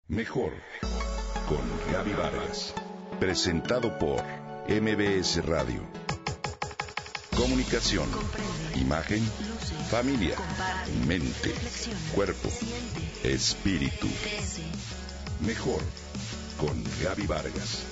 Mejor con Gaby Vargas. Presentado por MBS Radio. Comunicación, imagen, familia, mente, cuerpo, espíritu. Mejor con Gaby Vargas.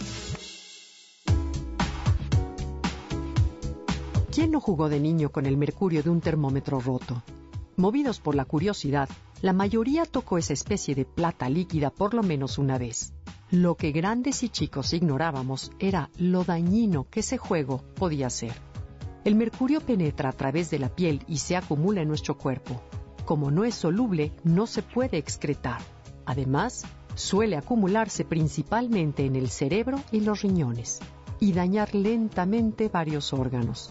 ¿Quién no jugó de niño con el mercurio de un termómetro roto? Movidos por la curiosidad, la mayoría tocó esa especie de plata líquida por lo menos una vez. Lo que grandes y chicos ignorábamos era lo dañino que ese juego podía ser. El mercurio penetra a través de la piel y se acumula en nuestro cuerpo. Como no es soluble, no se puede excretar. Además, suele acumularse principalmente en el cerebro y los riñones, y dañar lentamente varios órganos.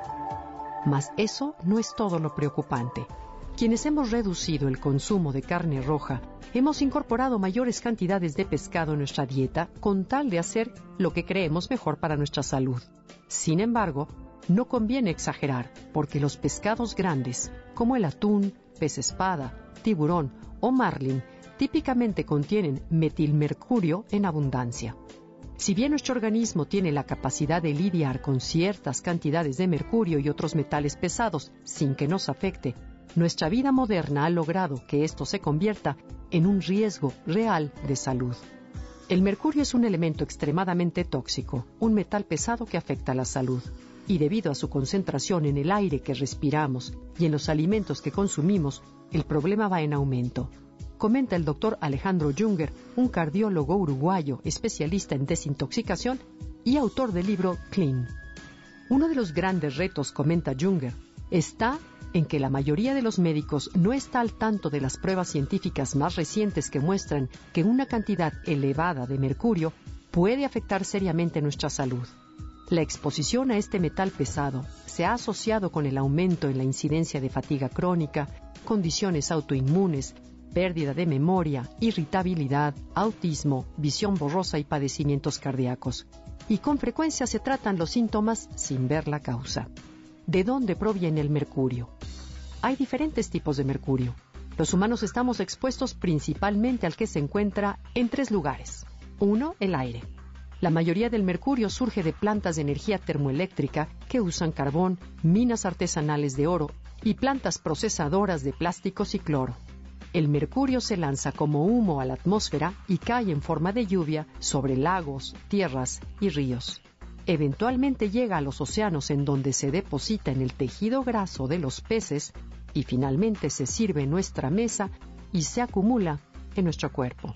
Mas eso no es todo lo preocupante. Quienes hemos reducido el consumo de carne roja, hemos incorporado mayores cantidades de pescado en nuestra dieta con tal de hacer lo que creemos mejor para nuestra salud. Sin embargo, no conviene exagerar, porque los pescados grandes, como el atún, pez espada, tiburón o marlin, típicamente contienen metilmercurio en abundancia. Si bien nuestro organismo tiene la capacidad de lidiar con ciertas cantidades de mercurio y otros metales pesados sin que nos afecte, nuestra vida moderna ha logrado que esto se convierta en un riesgo real de salud. El mercurio es un elemento extremadamente tóxico, un metal pesado que afecta a la salud, y debido a su concentración en el aire que respiramos y en los alimentos que consumimos, el problema va en aumento. Comenta el doctor Alejandro Junger, un cardiólogo uruguayo especialista en desintoxicación y autor del libro Clean. Uno de los grandes retos, comenta Junger, está en que la mayoría de los médicos no está al tanto de las pruebas científicas más recientes que muestran que una cantidad elevada de mercurio puede afectar seriamente nuestra salud. La exposición a este metal pesado se ha asociado con el aumento en la incidencia de fatiga crónica, condiciones autoinmunes, pérdida de memoria, irritabilidad, autismo, visión borrosa y padecimientos cardíacos. Y con frecuencia se tratan los síntomas sin ver la causa. ¿De dónde proviene el mercurio? Hay diferentes tipos de mercurio. Los humanos estamos expuestos principalmente al que se encuentra en 3 lugares. 1. El aire. La mayoría del mercurio surge de plantas de energía termoeléctrica que usan carbón, minas artesanales de oro y plantas procesadoras de plásticos y cloro. El mercurio se lanza como humo a la atmósfera y cae en forma de lluvia sobre lagos, tierras y ríos. Eventualmente llega a los océanos, en donde se deposita en el tejido graso de los peces y finalmente se sirve en nuestra mesa y se acumula en nuestro cuerpo.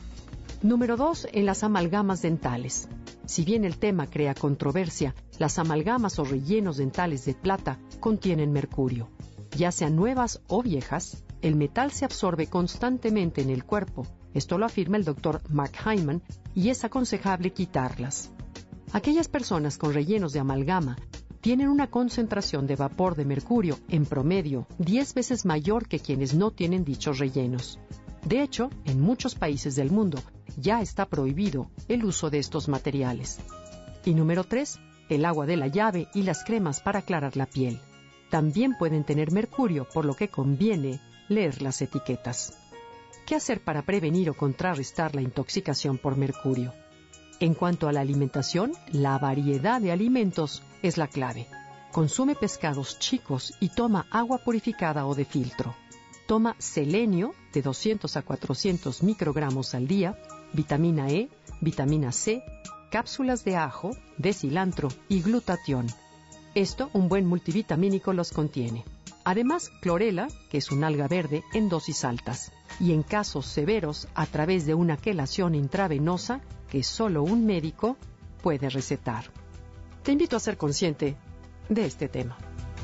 Número 2. En las amalgamas dentales. Si bien el tema crea controversia, las amalgamas o rellenos dentales de plata contienen mercurio. Ya sean nuevas o viejas, el metal se absorbe constantemente en el cuerpo. Esto lo afirma el doctor Mark Hyman y es aconsejable quitarlas. Aquellas personas con rellenos de amalgama tienen una concentración de vapor de mercurio en promedio 10 veces mayor que quienes no tienen dichos rellenos. De hecho, en muchos países del mundo ya está prohibido el uso de estos materiales. Y número 3, el agua de la llave y las cremas para aclarar la piel. También pueden tener mercurio, por lo que conviene leer las etiquetas. ¿Qué hacer para prevenir o contrarrestar la intoxicación por mercurio? En cuanto a la alimentación, la variedad de alimentos es la clave. Consume pescados chicos y toma agua purificada o de filtro. Toma selenio de 200 a 400 microgramos al día, vitamina E, vitamina C, cápsulas de ajo, de cilantro y glutatión. Esto, un buen multivitamínico los contiene. Además, clorela, que es un alga verde, en dosis altas. Y en casos severos, a través de una quelación intravenosa que solo un médico puede recetar. Te invito a ser consciente de este tema.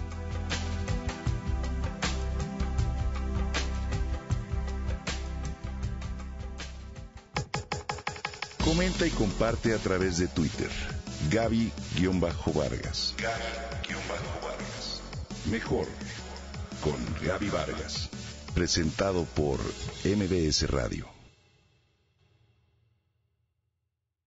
Comenta y comparte a través de Twitter. Gaby-Vargas. Gaby-Vargas. Mejor con Gaby Vargas. Presentado por MBS Radio.